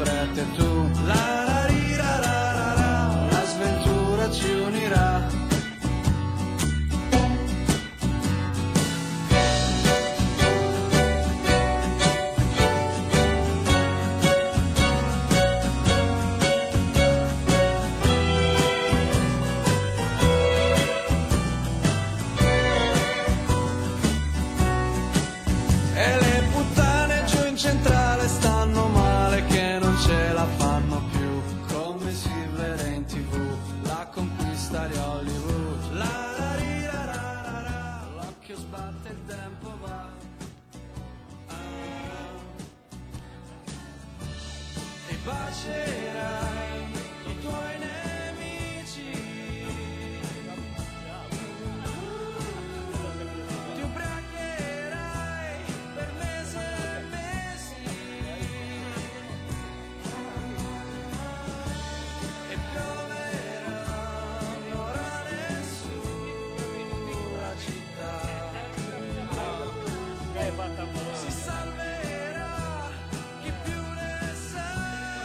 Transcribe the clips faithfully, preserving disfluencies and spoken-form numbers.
strette e tu. La la ri, ra, ra, ra, ra, la sventura ci unirà. Bacerai i tuoi nemici, ti ubriacherai per mesi e mesi e pioverà l'orale sulla città, si salverà chi più ne sa.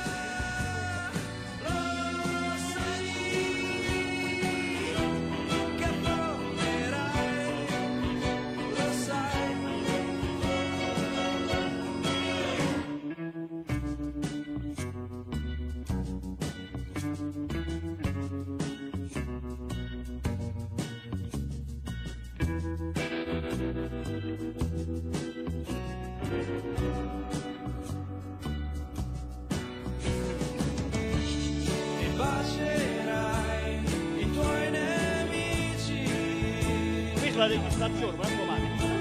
Bacerai i tuoi nemici. Questa è la registrazione, ma non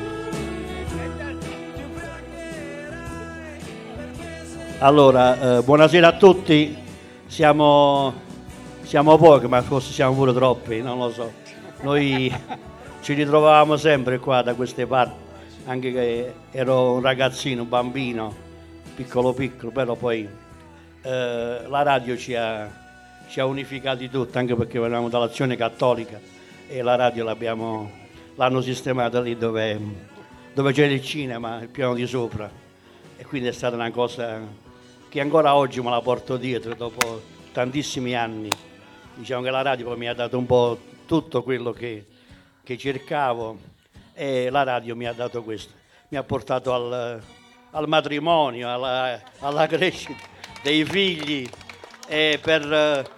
Allora, eh, buonasera a tutti. Siamo, siamo pochi, ma forse siamo pure troppi, non lo so. Noi ci ritrovavamo sempre qua da queste parti, anche che ero un ragazzino, un bambino, piccolo piccolo, però poi eh, la radio ci ha ci ha unificati tutti, anche perché venivamo dall'Azione Cattolica e la radio l'abbiamo, l'hanno sistemata lì dove, dove c'era il cinema, il piano di sopra, e quindi è stata una cosa che ancora oggi me la porto dietro dopo tantissimi anni. Diciamo che la radio poi mi ha dato un po' tutto quello che, che cercavo, e la radio mi ha dato questo, mi ha portato al, al matrimonio, alla, alla crescita dei figli, e per...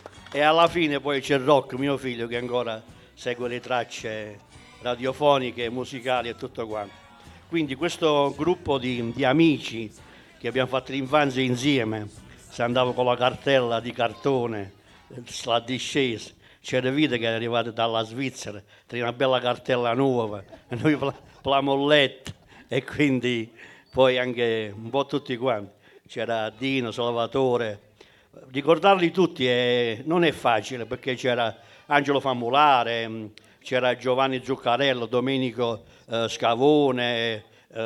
E alla fine poi c'è Rocco, mio figlio, che ancora segue le tracce radiofoniche, musicali e tutto quanto. Quindi questo gruppo di, di amici che abbiamo fatto l'infanzia insieme, si andava con la cartella di cartone, la discesa, c'era Vita che era arrivata dalla Svizzera, c'era una bella cartella nuova, e noi la molletta, e quindi poi anche un po' tutti quanti. C'era Dino, Salvatore. Ricordarli tutti è, non è facile, perché c'era Angelo Famulare, c'era Giovanni Zuccarello, Domenico eh, Scavone,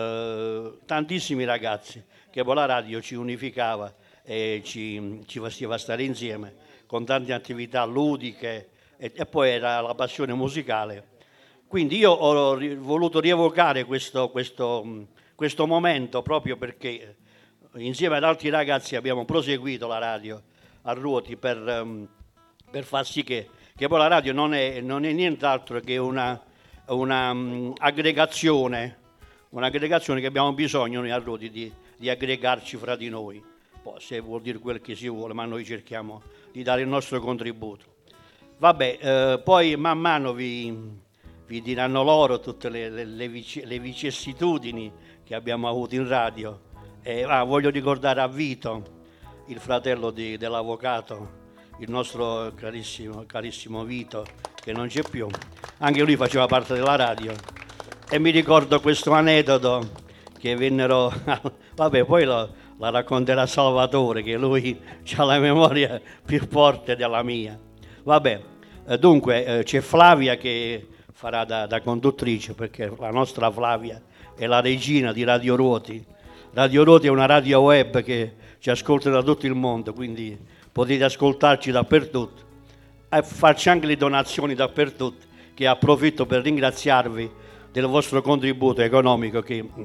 eh, tantissimi ragazzi che poi la radio ci unificava e ci, ci faceva stare insieme con tante attività ludiche, e, e poi era la passione musicale. Quindi io ho ri- voluto rievocare questo, questo, questo momento, proprio perché insieme ad altri ragazzi abbiamo proseguito la radio a Ruoti per, um, per far sì che, che poi la radio non è, non è nient'altro che una, una um, aggregazione, un'aggregazione che abbiamo bisogno noi a Ruoti di, di aggregarci fra di noi. Poi se vuol dire quel che si vuole, ma noi cerchiamo di dare il nostro contributo. Vabbè, eh, poi man mano vi, vi diranno loro tutte le, le, le, vic- le vicissitudini che abbiamo avuto in radio. Eh, ah, voglio ricordare a Vito, il fratello di, dell'avvocato, il nostro carissimo, carissimo Vito, che non c'è più. Anche lui faceva parte della radio. E mi ricordo questo aneddoto che vennero... Vabbè, poi lo, la racconterà Salvatore, che lui ha la memoria più forte della mia. Vabbè, eh, dunque eh, c'è Flavia che farà da, da conduttrice, perché la nostra Flavia è la regina di Radio Ruoti. Radio Ruoti è una radio web che ci ascolta da tutto il mondo, quindi potete ascoltarci dappertutto e farci anche le donazioni dappertutto, che approfitto per ringraziarvi del vostro contributo economico che mh,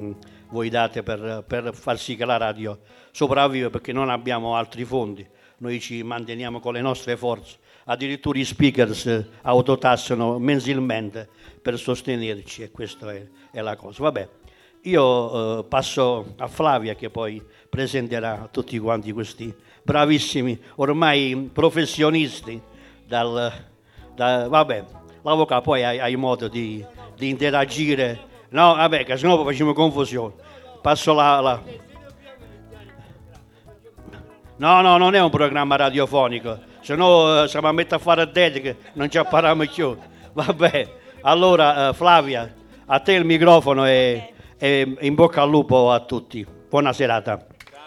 voi date per, per far sì che la radio sopravviva, perché non abbiamo altri fondi, noi ci manteniamo con le nostre forze, addirittura i speakers autotassano mensilmente per sostenerci e questa è, è la cosa. Vabbè, io eh, passo a Flavia che poi presenterà tutti quanti questi bravissimi ormai professionisti dal, da, vabbè, l'avvocato poi hai, hai modo di, di interagire, no vabbè che sennò facciamo confusione, passo la, la... no no non è un programma radiofonico, sennò eh, siamo a mettere a fare dediche, non ci appariamo più, vabbè, allora eh, Flavia a te il microfono e, e in bocca al lupo a tutti, buona serata.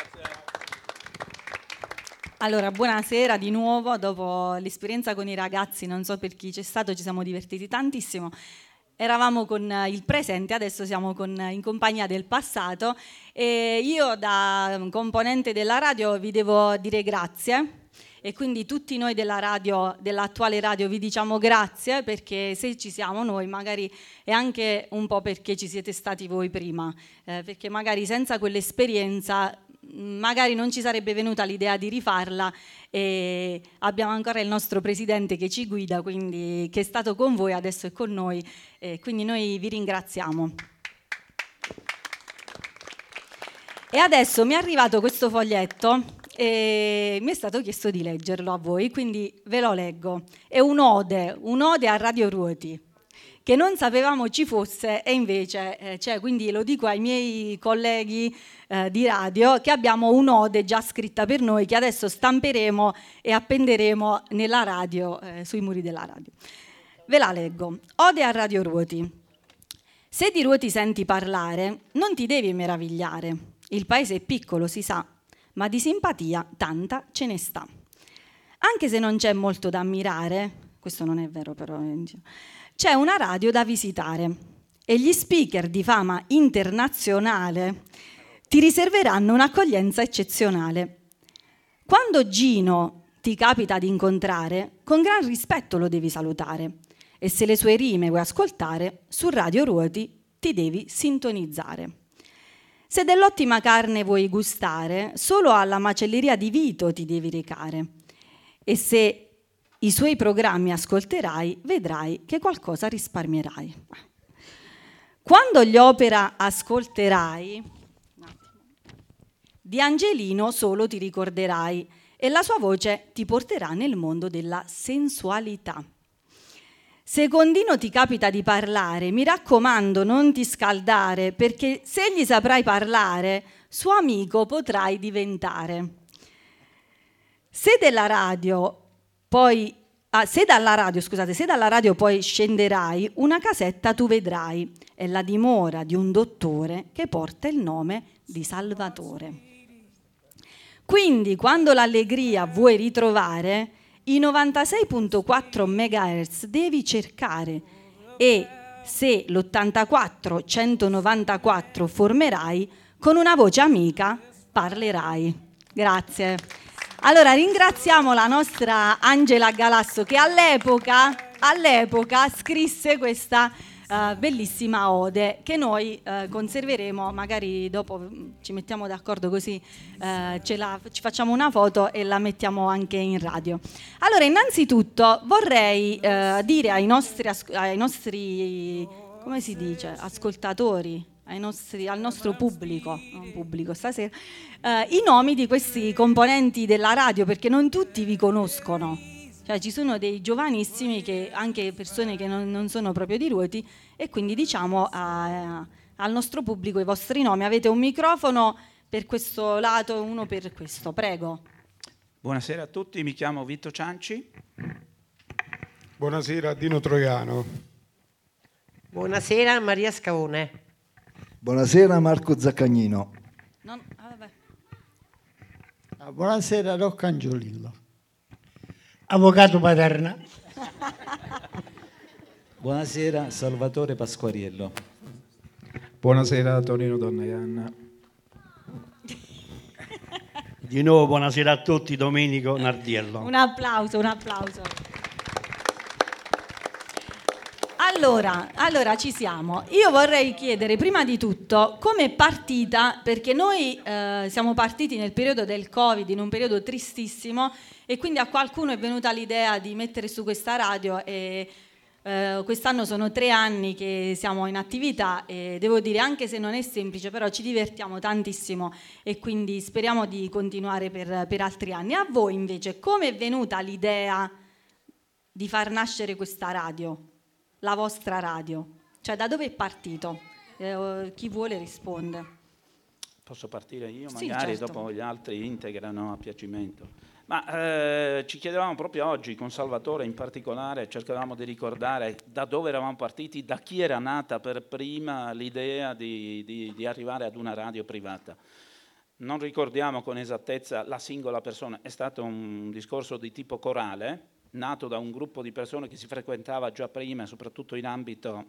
Allora, buonasera di nuovo, dopo l'esperienza con i ragazzi, non so per chi c'è stato, ci siamo divertiti tantissimo. Eravamo con il presente, adesso siamo con, in compagnia del passato e io da componente della radio vi devo dire grazie e quindi tutti noi della radio, dell'attuale radio vi diciamo grazie, perché se ci siamo noi magari è anche un po' perché ci siete stati voi prima, eh, perché magari senza quell'esperienza magari non ci sarebbe venuta l'idea di rifarla e abbiamo ancora il nostro presidente che ci guida, quindi che è stato con voi, adesso è con noi, e quindi noi vi ringraziamo. E adesso mi è arrivato questo foglietto e mi è stato chiesto di leggerlo a voi, quindi ve lo leggo. È un'ode, un'ode a Radio Ruoti, che non sapevamo ci fosse e invece eh, c'è, quindi lo dico ai miei colleghi eh, di radio che abbiamo un'ode già scritta per noi che adesso stamperemo e appenderemo nella radio, eh, sui muri della radio. Ve la leggo. Ode a Radio Ruoti. Se di Ruoti senti parlare, non ti devi meravigliare. Il paese è piccolo, si sa, ma di simpatia tanta ce ne sta. Anche se non c'è molto da ammirare, questo non è vero però, c'è una radio da visitare e gli speaker di fama internazionale ti riserveranno un'accoglienza eccezionale. Quando Gino ti capita di incontrare, con gran rispetto lo devi salutare e se le sue rime vuoi ascoltare, su Radio Ruoti ti devi sintonizzare. Se dell'ottima carne vuoi gustare, solo alla macelleria di Vito ti devi recare e se i suoi programmi ascolterai, vedrai che qualcosa risparmierai. Quando gli opera ascolterai, di Angelino solo ti ricorderai e la sua voce ti porterà nel mondo della sensualità. Se con Dino ti capita di parlare, mi raccomando non ti scaldare, perché se gli saprai parlare, suo amico potrai diventare. Se della radio Poi, ah, se dalla radio, scusate, se dalla radio poi scenderai, una casetta tu vedrai, è la dimora di un dottore che porta il nome di Salvatore. Quindi, quando l'allegria vuoi ritrovare, i novantasei virgola quattro megahertz devi cercare e se l'ottantaquattro centonovantaquattro formerai, con una voce amica parlerai. Grazie. Allora ringraziamo la nostra Angela Galasso che all'epoca, all'epoca scrisse questa uh, bellissima ode che noi uh, conserveremo, magari dopo ci mettiamo d'accordo così uh, ce la, ci facciamo una foto e la mettiamo anche in radio. Allora innanzitutto vorrei uh, dire ai nostri, ai nostri, come si dice, ascoltatori, ai nostri, al nostro pubblico, non pubblico stasera, eh, i nomi di questi componenti della radio, perché non tutti vi conoscono, cioè ci sono dei giovanissimi, che, anche persone che non, non sono proprio di Ruoti, e quindi diciamo a, al nostro pubblico i vostri nomi. Avete un microfono per questo lato e uno per questo, prego. Buonasera a tutti, mi chiamo Vito Cianci. Buonasera Dino Troiano. Buonasera Maria Scavone. Buonasera Marco Zaccagnino. Non, ah, vabbè. Ah, buonasera Rocco Angiolillo. Avvocato Paterna. Buonasera Salvatore Pasquariello. Buonasera Tonino Donnaianna. Di nuovo buonasera a tutti, Domenico Nardiello. Un applauso, un applauso. Allora, allora ci siamo. Io vorrei chiedere prima di tutto come è partita, perché noi eh, siamo partiti nel periodo del Covid, in un periodo tristissimo, e quindi a qualcuno è venuta l'idea di mettere su questa radio e eh, quest'anno sono tre anni che siamo in attività e devo dire, anche se non è semplice, però ci divertiamo tantissimo e quindi speriamo di continuare per, per altri anni. A voi invece come è venuta l'idea di far nascere questa radio? La vostra radio, cioè da dove è partito? Eh, chi vuole risponde. Posso partire io? Sì, Magari certo. dopo gli altri integrano a piacimento. Ma eh, ci chiedevamo proprio oggi, con Salvatore in particolare, cercavamo di ricordare da dove eravamo partiti, da chi era nata per prima l'idea di, di, di arrivare ad una radio privata. Non ricordiamo con esattezza la singola persona, è stato un discorso di tipo corale, nato da un gruppo di persone che si frequentava già prima, soprattutto in ambito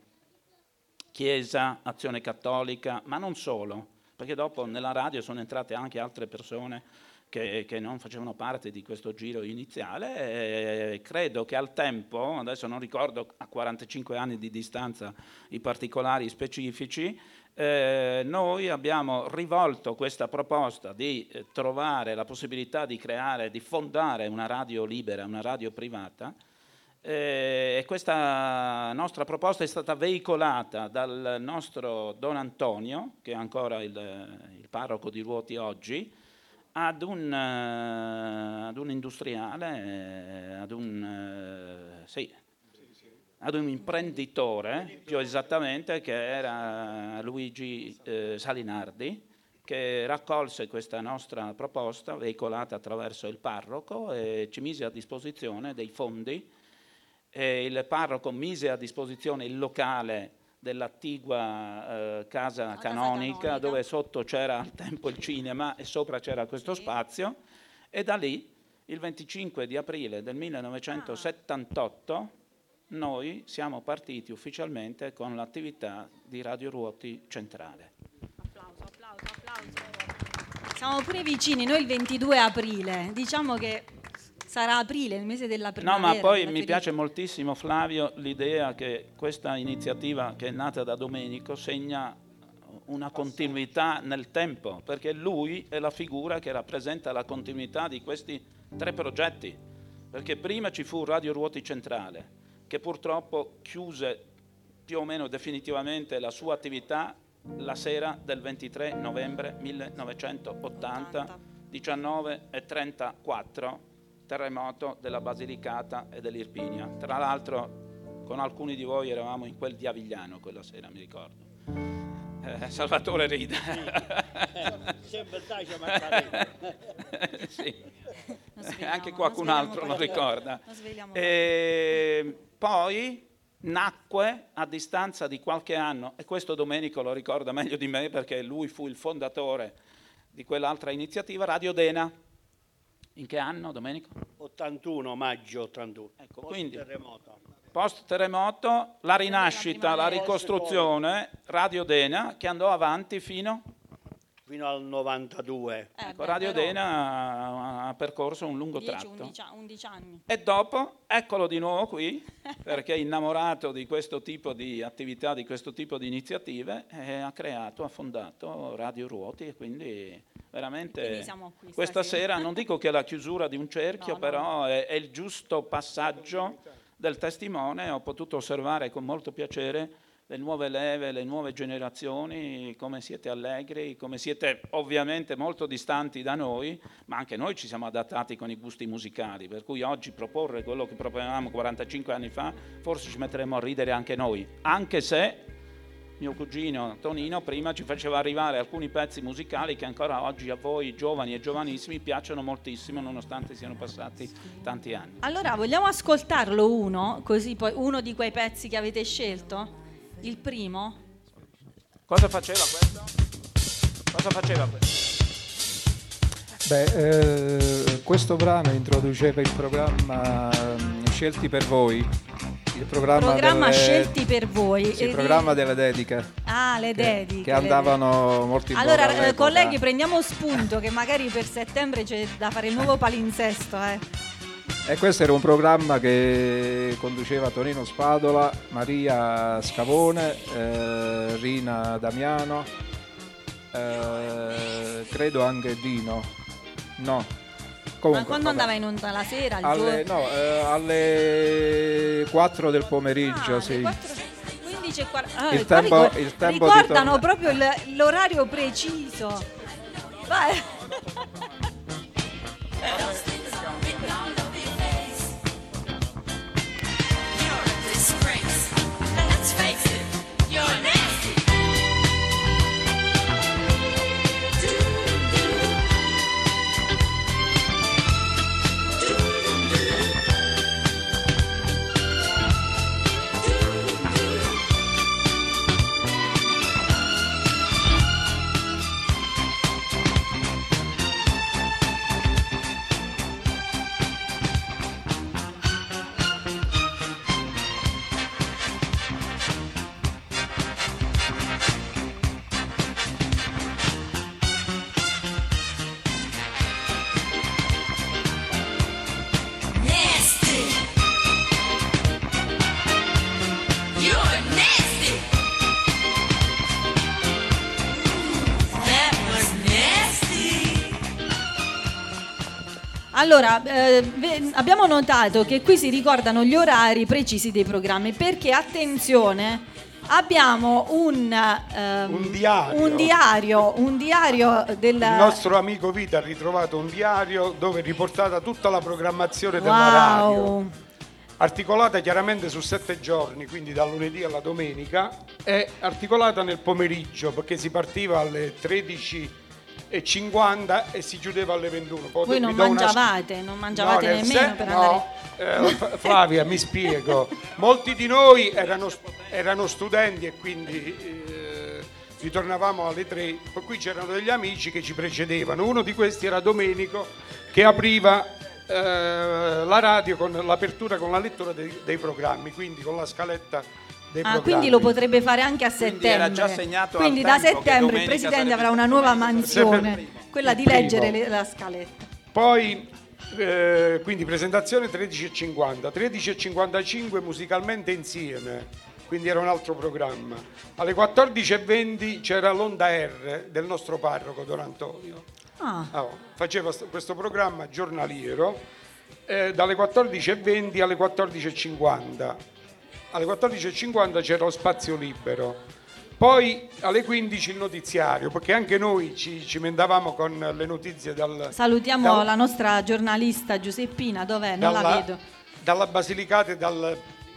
Chiesa, Azione Cattolica, ma non solo, perché dopo nella radio sono entrate anche altre persone che, che non facevano parte di questo giro iniziale e credo che al tempo, adesso non ricordo a quarantacinque anni di distanza i particolari specifici, Eh, noi abbiamo rivolto questa proposta di eh, trovare la possibilità di creare, di fondare una radio libera, una radio privata eh, e questa nostra proposta è stata veicolata dal nostro Don Antonio, che è ancora il, il parroco di Ruoti oggi, ad un, uh, ad un industriale, ad un... Uh, sì, ad un imprenditore, più esattamente, che era Luigi eh, Salinardi, che raccolse questa nostra proposta, veicolata attraverso il parroco, e ci mise a disposizione dei fondi. E il parroco mise a disposizione il locale dell'attigua eh, casa canonica, canonica, dove sotto c'era al tempo il cinema e sopra c'era questo spazio, e da lì, il venticinque di aprile del millenovecentosettantotto, noi siamo partiti ufficialmente con l'attività di Radio Ruoti Centrale. Applauso, applauso, applauso. Siamo pure vicini, noi il ventidue aprile, diciamo che sarà aprile, il mese della primavera. No, ma poi mi piace moltissimo, Flavio, l'idea che questa iniziativa che è nata da Domenico segna una continuità nel tempo, perché lui è la figura che rappresenta la continuità di questi tre progetti, perché prima ci fu Radio Ruoti Centrale, che purtroppo chiuse più o meno definitivamente la sua attività la sera del ventitré novembre millenovecentottanta, diciannove e trentaquattro, terremoto della Basilicata e dell'Irpinia. Tra l'altro con alcuni di voi eravamo in quel di Avigliano quella sera, mi ricordo. Eh, Salvatore ride. Sempre dai, sì. Anche qualcun altro lo ricorda. Non e poi nacque a distanza di qualche anno, e questo Domenico lo ricorda meglio di me perché lui fu il fondatore di quell'altra iniziativa, Radio Dena. In che anno, Domenico? ottantuno, maggio ottantuno. Ecco, Post quindi terremoto. post terremoto, la rinascita, la ricostruzione, Radio Dena, che andò avanti fino fino al novantadue. Eh, ecco, beh, Radio però Dena ha, ha percorso un lungo dieci, tratto. undici, undici anni. E dopo, eccolo di nuovo qui, perché innamorato di questo tipo di attività, di questo tipo di iniziative, eh, ha creato, ha fondato Radio Ruoti, e quindi veramente Quindi siamo qui questa stasera. sera, non dico che è la chiusura di un cerchio, No, no. però è, è il giusto passaggio del testimone. Ho potuto osservare con molto piacere le nuove leve, le nuove generazioni, come siete allegri, come siete ovviamente molto distanti da noi, ma anche noi ci siamo adattati con i gusti musicali, per cui oggi proporre quello che proponevamo quarantacinque anni fa, forse ci metteremo a ridere anche noi, anche se mio cugino Tonino prima ci faceva arrivare alcuni pezzi musicali che ancora oggi a voi giovani e giovanissimi piacciono moltissimo, nonostante siano passati tanti anni. Allora, vogliamo ascoltarlo uno, così poi uno di quei pezzi che avete scelto? Il primo? Cosa faceva questo? Cosa faceva questo? Beh, eh, questo brano introduceva il programma um, Scelti per voi, il programma, Programma delle, Scelti per voi. sì, il E- programma delle dediche. Ah, le che- dediche. Che le andavano molto in voga Allora, eh, all'epoca. colleghi, prendiamo spunto che magari per settembre c'è da fare il nuovo palinsesto, eh. E questo era un programma che conduceva Tonino Spadola, Maria Scavone, eh, Rina Damiano, eh, credo anche Dino. No. Comunque, Ma quando vabbè. andava in onda la sera? Il Alle, giorno? no, eh, alle quattro del pomeriggio, Ah, sì. alle quattro, quindici e quaranta. Ah, Il qua tempo- ricor- il tempo di ricordano tornare. proprio il- l'orario preciso. Vai. Allora, eh, ve- abbiamo notato che qui si ricordano gli orari precisi dei programmi perché, attenzione, abbiamo un, ehm, Un diario. un diario, un diario del... Il nostro amico Vita ha ritrovato un diario dove è riportata tutta la programmazione della Wow. radio, articolata chiaramente su sette giorni, quindi dal lunedì alla domenica, e articolata nel pomeriggio, perché si partiva alle tredici e cinquanta e si chiudeva alle ventuno. Poi Voi non vi do una- mangiavate, non mangiavate No, nel nemmeno sen- per no, andare... eh, F- Flavia, mi spiego. Molti di noi erano, erano studenti e quindi eh, ritornavamo alle tre, per cui c'erano degli amici che ci precedevano. Uno di questi era Domenico, che apriva eh, la radio con l'apertura, con la lettura dei, dei programmi, quindi con la scaletta dei Ah, programmi. quindi lo potrebbe fare anche a Quindi settembre. era già segnato al Quindi da tempo che settembre il domenica Presidente sarebbe avrà una stato nuova sempre mansione, primo. quella di Primo. leggere le- la scaletta. Poi, eh, quindi presentazione tredici e cinquanta, tredici e cinquantacinque musicalmente insieme, quindi era un altro programma. Alle quattordici e venti c'era l'Onda R del nostro parroco Don Antonio. Ah, Oh, faceva st- questo programma giornaliero eh, dalle quattordici e venti alle quattordici e cinquanta. Alle quattordici e cinquanta c'era lo spazio libero. Poi alle quindici il notiziario, perché anche noi ci cimentavamo con le notizie dal, salutiamo dal- la nostra giornalista Giuseppina, dov'è? Non la dalla, vedo. dalla Basilicata e dal...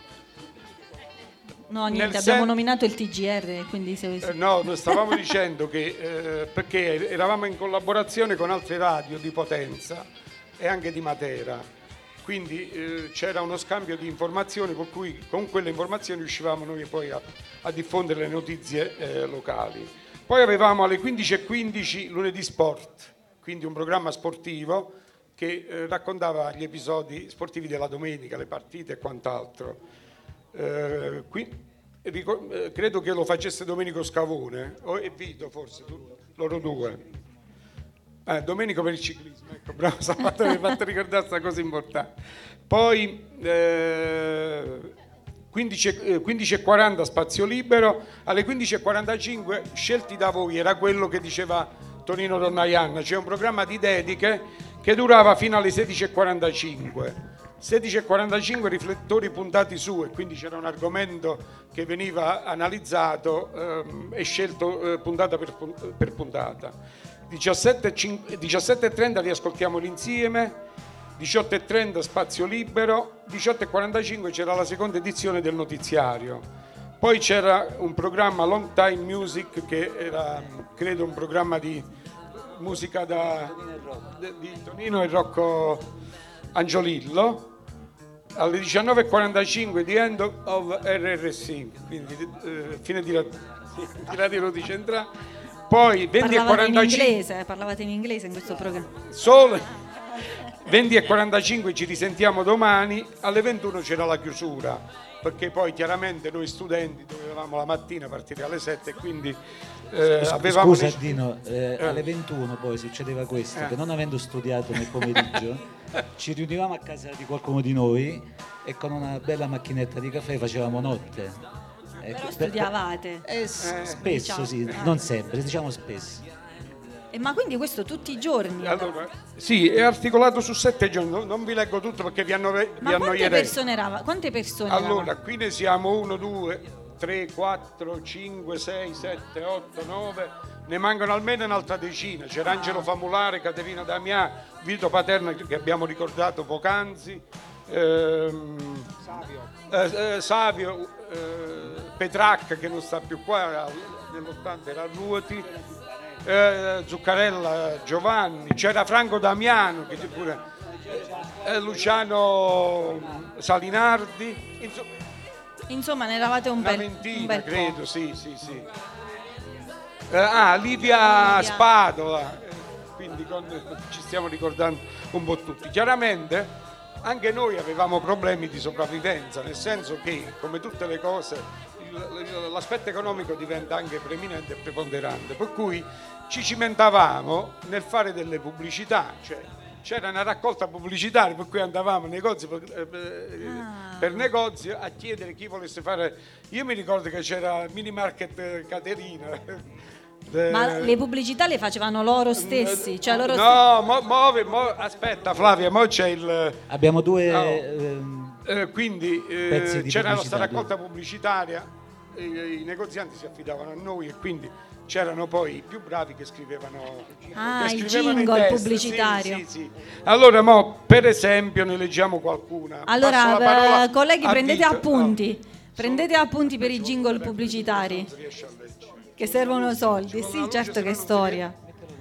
No, niente, nel abbiamo sen- nominato il T G R, quindi se... Eh, no, noi stavamo dicendo che eh, perché eravamo in collaborazione con altre radio di Potenza e anche di Matera, quindi eh, c'era uno scambio di informazioni, per cui con quelle informazioni riuscivamo noi poi a, a diffondere le notizie eh, locali. Poi avevamo alle quindici e quindici lunedì sport, quindi un programma sportivo che eh, raccontava gli episodi sportivi della domenica, le partite e quant'altro. Eh, qui, ricor- eh, credo che lo facesse Domenico Scavone o e Vito, forse tu- loro due. Eh, Domenico per il ciclismo, ecco, bravo Salvatore, mi hai fatto ricordare questa cosa importante. Poi eh, quindici, eh, quindici e quaranta spazio libero, alle quindici e quarantacinque scelti da voi, era quello che diceva Tonino Donnaianna, c'è un programma di dediche che durava fino alle sedici e quarantacinque. sedici e quarantacinque riflettori puntati su, e quindi c'era un argomento che veniva analizzato ehm, e scelto eh, puntata per, pun- per puntata. diciassette e trenta li ascoltiamo l'insieme, diciotto e trenta spazio libero, diciotto e quarantacinque c'era la seconda edizione del notiziario. Poi c'era un programma Long Time Music che era credo un programma di musica da, di Tonino e Rocco Angiolillo. Alle diciannove e quarantacinque The End of R R C, quindi eh, fine di, ra- sì, di Radio Rodi Centrale. Poi venti e Parlavate in quarantacinque inglese, parlavate in inglese in questo programma. solo venti e quarantacinque ci risentiamo domani, alle ventuno c'era la chiusura, perché poi chiaramente noi studenti dovevamo la mattina partire alle sette, quindi eh, avevamo... Scusa Dino, eh, alle ventuno poi succedeva questo, Eh. che non avendo studiato nel pomeriggio ci riunivamo a casa di qualcuno di noi e con una bella macchinetta di caffè facevamo notte. Ecco, Però per- studiavate. Eh, s- Eh. spesso Diciamo. sì, Eh. non sempre, diciamo spesso. E ma quindi questo tutti i giorni? Allora, sì, è articolato su sette giorni, non, non vi leggo tutto perché vi, annove- vi Ma quante annoierei. persone eravate? Quante persone Allora, eravate? qui ne siamo uno, due, tre, quattro, cinque, sei, sette, otto, nove, ne mancano almeno un'altra decina. C'era Angelo Famulare, Caterina Damià, Vito Paterna che abbiamo ricordato poc'anzi, ehm, eh, eh, Savio, eh, Petracca che non sta più qua, nell'ottanta era a Ruoti, eh, Zuccarella Giovanni, c'era Franco Damiano, che pure, eh, Luciano Salinardi, insomma, Insomma, ne eravate un una bel, un ventina, bel po'. credo, sì, sì, sì. Eh, ah, Livia Livia. Spadola, eh, quindi con- ci stiamo ricordando un po' tutti. Chiaramente anche noi avevamo problemi di sopravvivenza, nel senso che, come tutte le cose, il- l'aspetto economico diventa anche preminente e preponderante, per cui ci cimentavamo nel fare delle pubblicità, cioè c'era una raccolta pubblicitaria per cui andavamo negozi per, eh, per- Ah. per negozio a chiedere chi volesse fare. Io mi ricordo che c'era Mini Market Caterina. Ma le pubblicità le facevano loro stessi? Cioè loro No, mo, mo- mo- aspetta Flavia, mo c'è il... Abbiamo due... No. ehm, Eh, quindi eh, Pezzi di c'era la pubblicità, questa raccolta pubblicitaria, e, i negozianti si affidavano a noi e quindi c'erano poi i più bravi che scrivevano, Ah, che il scrivevano i jingle testi. pubblicitario. Sì, sì, sì. Allora, mo, per esempio, ne leggiamo qualcuna. Passo la Allora, parola eh, colleghi, a prendete Vito. appunti. No. Prendete appunti per i jingle pubblicitari Non si riesce a leggere. che servono soldi. Sì, certo, che storia.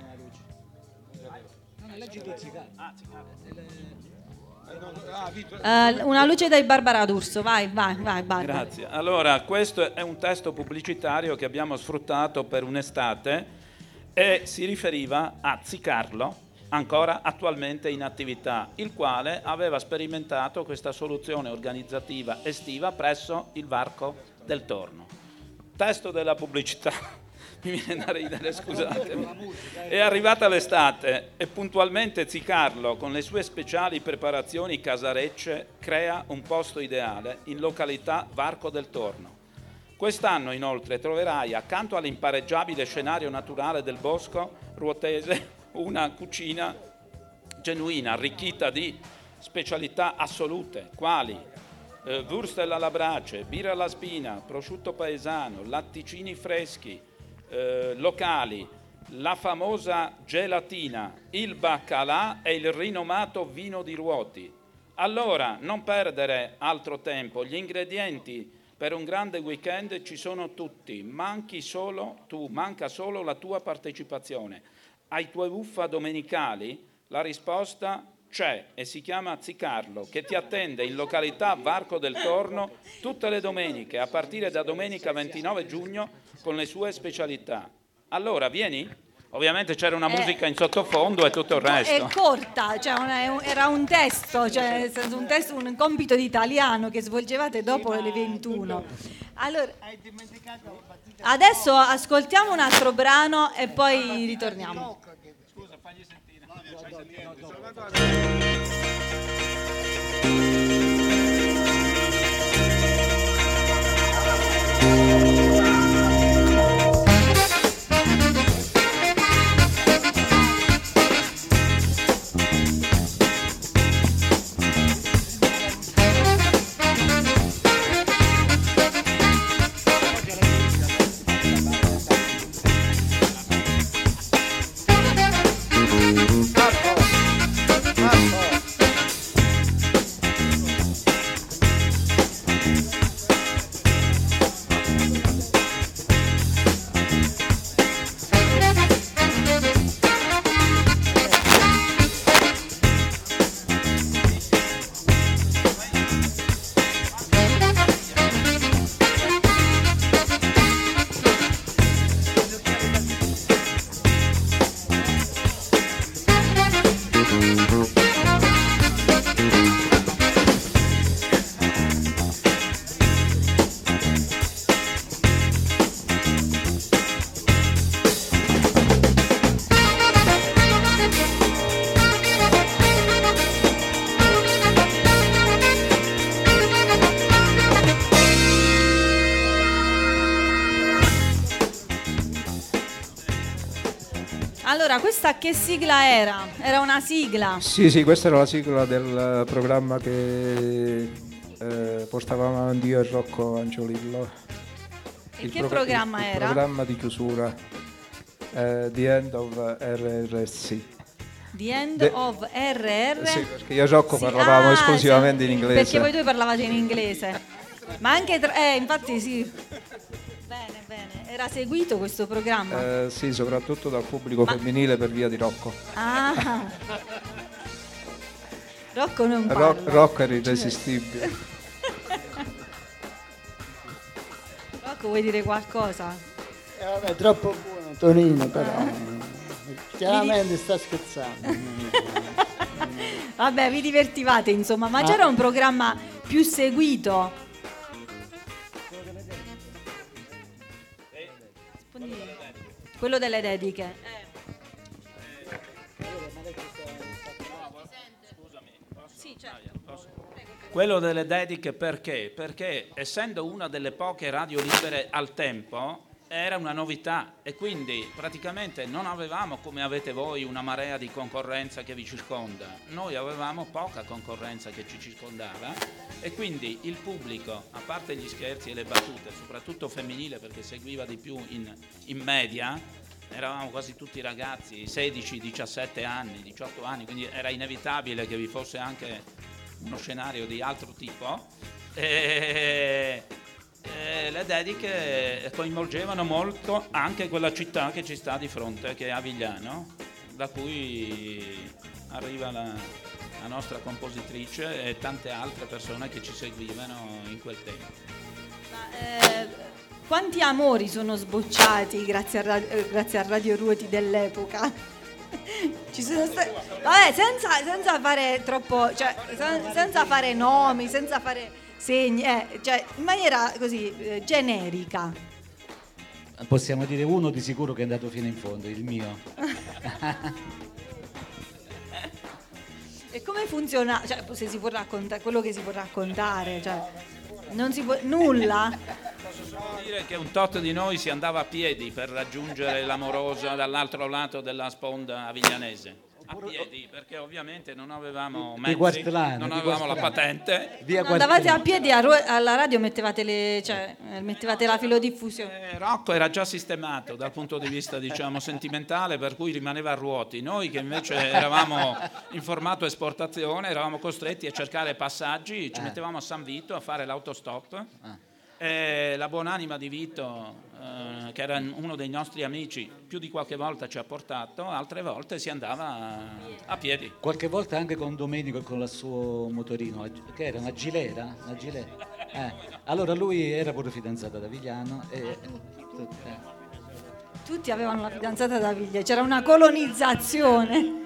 Ah, Vito. Eh, una luce dai Barbara D'Urso, vai, vai, vai, Barbara. Grazie. Allora, questo è un testo pubblicitario che abbiamo sfruttato per un'estate e si riferiva a Zicarlo, ancora attualmente in attività, il quale aveva sperimentato questa soluzione organizzativa estiva presso il Varco del Torno. Testo della pubblicità. Mi viene da ridere, scusatemi. È arrivata l'estate e puntualmente Zicarlo, con le sue speciali preparazioni casarecce, crea un posto ideale in località Varco del Torno. Quest'anno inoltre troverai accanto all'impareggiabile scenario naturale del bosco ruotese una cucina genuina, arricchita di specialità assolute, quali eh, wurst alla brace, birra alla spina, prosciutto paesano, latticini freschi, eh, locali, la famosa gelatina, il baccalà e il rinomato vino di Ruoti. Allora, non perdere altro tempo, gli ingredienti per un grande weekend ci sono tutti, manchi solo tu, manca solo la tua partecipazione. Ai tuoi uffa domenicali la risposta c'è e si chiama Zicarlo, che ti attende in località Varco del Torno tutte le domeniche, a partire da domenica ventinove giugno con le sue specialità. Allora, vieni? Ovviamente c'era una Eh, musica in sottofondo e tutto il resto. È corta, cioè una- era un testo, cioè nel senso un testo, un compito di italiano che svolgevate dopo le ventuno. Allora, adesso ascoltiamo un altro brano e poi ritorniamo. Allora, questa che sigla era? Era una sigla. Sì, sì, questa era la sigla del programma che eh, portavamo avanti io e Rocco Angiolillo. E che programma il, era? Il programma di chiusura, eh, The End of R R C. The End De- of R R? Sì, perché io e Rocco Sì, parlavamo ah, esclusivamente sì, in inglese. Perché voi due parlavate in inglese. Ma anche, tra- eh, infatti sì. Bene, bene. Era seguito questo programma? Eh, sì, soprattutto dal pubblico Ma- femminile per via di Rocco. Ah. Rocco non parla. Roc- Rocco era irresistibile. Rocco, vuoi dire qualcosa? Eh, vabbè, è troppo buono Tonino, però chiaramente sta scherzando. Vabbè, vi divertivate insomma, ma Ah. c'era un programma più seguito? Quello delle dediche. Sì, certo. Quello delle dediche perché? Perché essendo una delle poche radio libere al tempo era una novità e quindi praticamente non avevamo come avete voi una marea di concorrenza che vi circonda, noi avevamo poca concorrenza che ci circondava e quindi il pubblico, a parte gli scherzi e le battute, soprattutto femminile perché seguiva di più in, in media, eravamo quasi tutti ragazzi, sedici, diciassette anni, diciotto anni, quindi era inevitabile che vi fosse anche uno scenario di altro tipo. E, e le dediche coinvolgevano molto anche quella città che ci sta di fronte, che è Avigliano, da cui arriva la, la nostra compositrice e tante altre persone che ci seguivano in quel tempo. Ma, eh, quanti amori sono sbocciati grazie a, Ra- eh, grazie a Radio Ruoti dell'epoca? Ci sono stati, vabbè, senza, senza fare troppo, cioè, sen- senza fare nomi, senza fare segni, eh, cioè, in maniera così eh, generica. Possiamo dire uno di sicuro che è andato fino in fondo, il mio. E come funziona? Cioè, se si può raccontare quello che si può raccontare, cioè, non si può nulla. Posso solo dire che un tot di noi si andava a piedi per raggiungere l'amorosa dall'altro lato della sponda aviglianese. A piedi, perché ovviamente non avevamo mezzi, Quartelano, non di avevamo la Quartelano. patente. Via Non andavate a Quartelano. piedi a Ru- alla radio, mettevate le, cioè, eh, mettevate la filodiffusione. Eh, Rocco era già sistemato dal punto di vista, diciamo, sentimentale, per cui rimaneva a ruoti. Noi che invece eravamo in formato esportazione, eravamo costretti a cercare passaggi, ci mettevamo a San Vito a fare l'autostop. E la buonanima di Vito, eh, che era uno dei nostri amici, più di qualche volta ci ha portato, altre volte si andava a, a piedi. Qualche volta anche con Domenico e con il suo motorino, che era una gilera? Una gilera. Eh, allora lui era pure fidanzato ad Avigliano e... eh. Tutti avevano la fidanzata da Viglia, c'era una colonizzazione.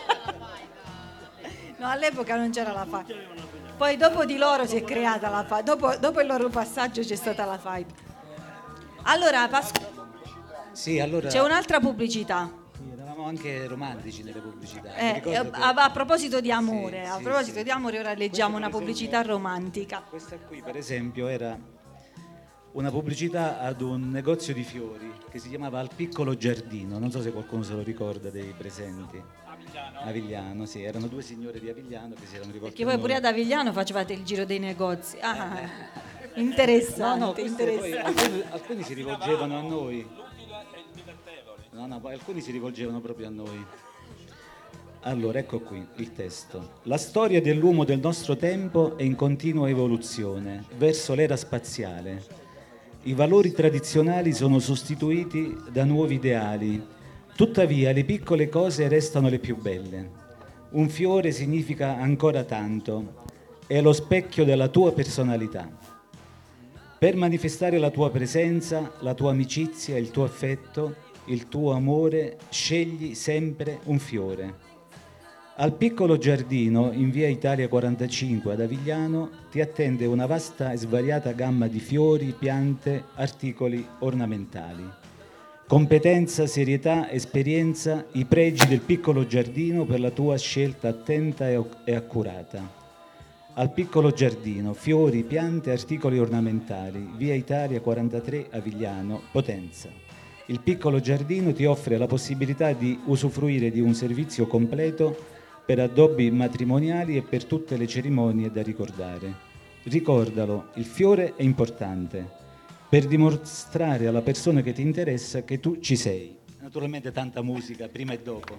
No, all'epoca non c'era la F A I. Poi dopo di loro si è creata la F A I, dopo, dopo il loro passaggio c'è stata la F A I. Allora, Pas- Sì, allora... c'è un'altra pubblicità. Sì, eravamo anche romantici nelle pubblicità. Mi Eh, ricordo che- a, a proposito di amore, Sì, a sì, proposito sì. di amore, ora leggiamo una per pubblicità romantica. Questa qui, per esempio, era una pubblicità ad un negozio di fiori che si chiamava Al Piccolo Giardino. Non so se qualcuno se lo ricorda dei presenti. Avigliano. Avigliano, sì, erano due signore di Avigliano che si erano rivolti Perché a voi noi. pure ad Avigliano facevate il giro dei negozi. Ah, interessante, No, no, queste poi interessante. alcuni, alcuni si rivolgevano a noi. No, no, poi alcuni si rivolgevano proprio a noi. Allora, ecco qui il testo. La storia dell'uomo del nostro tempo è in continua evoluzione verso l'era spaziale. I valori tradizionali sono sostituiti da nuovi ideali. Tuttavia, le piccole cose restano le più belle. Un fiore significa ancora tanto. È lo specchio della tua personalità. Per manifestare la tua presenza, la tua amicizia, il tuo affetto, il tuo amore, scegli sempre un fiore. Al Piccolo Giardino, in via Italia quarantacinque ad Avigliano, ti attende una vasta e svariata gamma di fiori, piante, articoli ornamentali. Competenza, serietà, esperienza, i pregi del Piccolo Giardino per la tua scelta attenta e, e accurata. Al Piccolo Giardino, fiori, piante, articoli ornamentali, via Italia quarantatré Avigliano, Potenza. Il piccolo giardino ti offre la possibilità di usufruire di un servizio completo per addobbi matrimoniali e per tutte le cerimonie da ricordare. Ricordalo, il fiore è importante per dimostrare alla persona che ti interessa che tu ci sei. Naturalmente tanta musica, prima e dopo.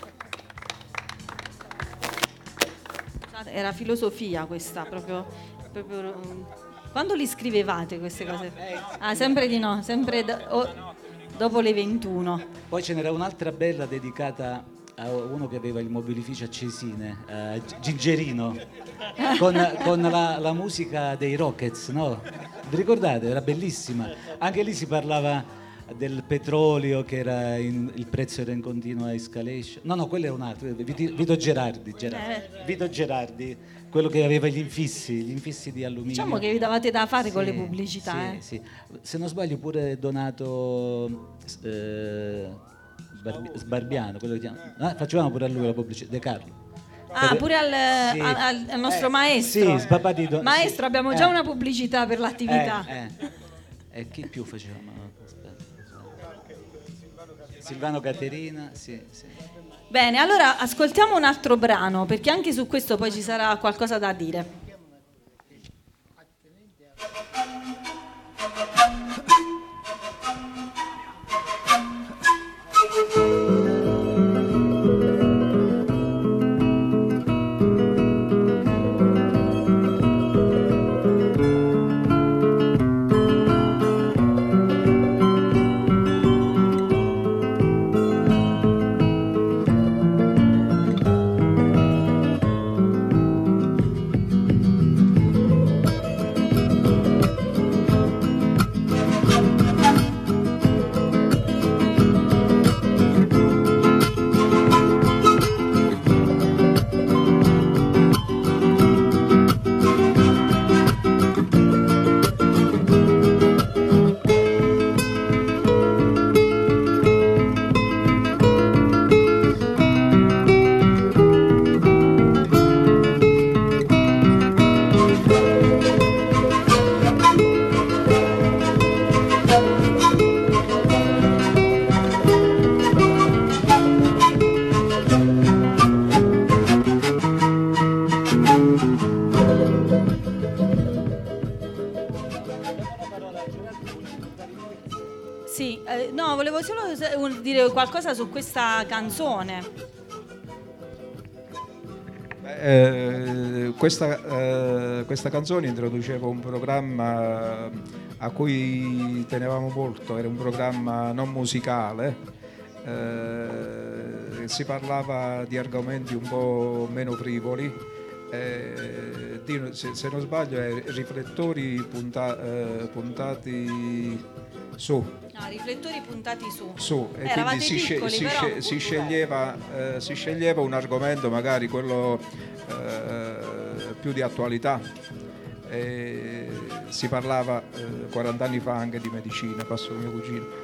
Era filosofia questa, proprio, proprio... Quando li scrivevate queste cose? Ah, sempre di no, sempre do, oh, dopo le ventuno. Poi ce n'era un'altra bella dedicata a uno che aveva il mobilificio a Cesine, eh, Gingerino, con, con la, la musica dei Rockets, no? Vi ricordate? Era bellissima. Anche lì si parlava del petrolio, che era in, il prezzo era in continua escalation. No, no, quello era un altro, Vito, Vito Gerardi, Gerardi. Eh. Vito Gerardi, quello che aveva gli infissi, gli infissi di alluminio. Diciamo che vi davate da fare Sì, con le pubblicità. sì, eh. sì. Se non sbaglio pure Donato eh, Sbarbi- Sbarbiano, quello che chiama. Ah, facevamo pure a lui la pubblicità, De Carlo. Ah, Per- pure al, sì. al- al nostro Eh, maestro. Sì, Sbabadito. Maestro, sì. abbiamo Eh, già una pubblicità per l'attività. Eh, eh. E chi più facevamo? Aspetta. Silvano Caterina, sì, sì. Bene, allora ascoltiamo un altro brano, perché anche su questo poi ci sarà qualcosa da dire. Sì, eh, no, volevo solo se- un- dire qualcosa su questa canzone. Eh, questa, eh, questa canzone introduceva un programma a cui tenevamo molto, era un programma non musicale, eh, si parlava di argomenti un po' meno frivoli, eh, di- se, se non sbaglio è riflettori punta- eh, puntati su. No, riflettori puntati su. su e Eravate quindi si, sce- piccoli, si, però. sce- si sceglieva, eh, si sceglieva un argomento magari quello eh, più di attualità. E si parlava eh, quaranta anni fa anche di medicina, passo mio cugino.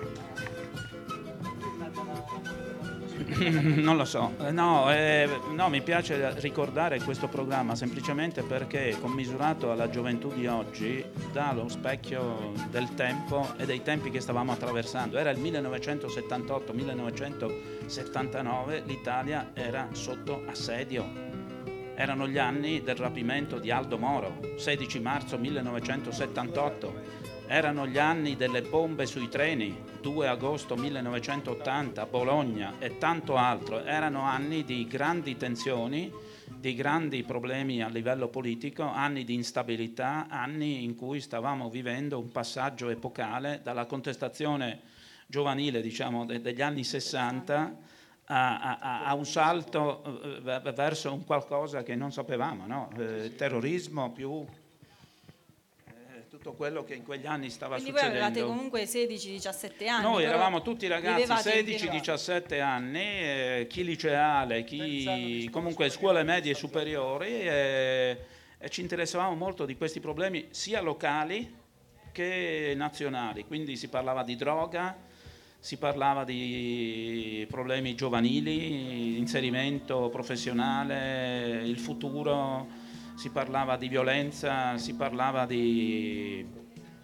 Non lo so, Eh, no, eh, no, mi piace ricordare questo programma semplicemente perché commisurato alla gioventù di oggi dà lo specchio del tempo e dei tempi che stavamo attraversando. Era il millenovecentosettantotto millenovecentosettantanove, l'Italia era sotto assedio. Erano gli anni del rapimento di Aldo Moro, sedici marzo millenovecentosettantotto. Erano gli anni delle bombe sui treni, due agosto millenovecentottanta, Bologna e tanto altro. Erano anni di grandi tensioni, di grandi problemi a livello politico, anni di instabilità, anni in cui stavamo vivendo un passaggio epocale dalla contestazione giovanile, diciamo, de- degli anni sessanta a, a, a un salto eh, verso un qualcosa che non sapevamo, no? Eh, terrorismo più tutto quello che in quegli anni stava Quindi voi succedendo. avevate comunque sedici diciassette anni. Noi però eravamo tutti ragazzi vivevate in sedici diciassette anni, eh, chi liceale, chi comunque scuole medie e superiori, e, e ci interessavamo molto di questi problemi sia locali che nazionali. Quindi si parlava di droga, si parlava di problemi giovanili, inserimento professionale, il futuro. Si parlava di violenza, si parlava di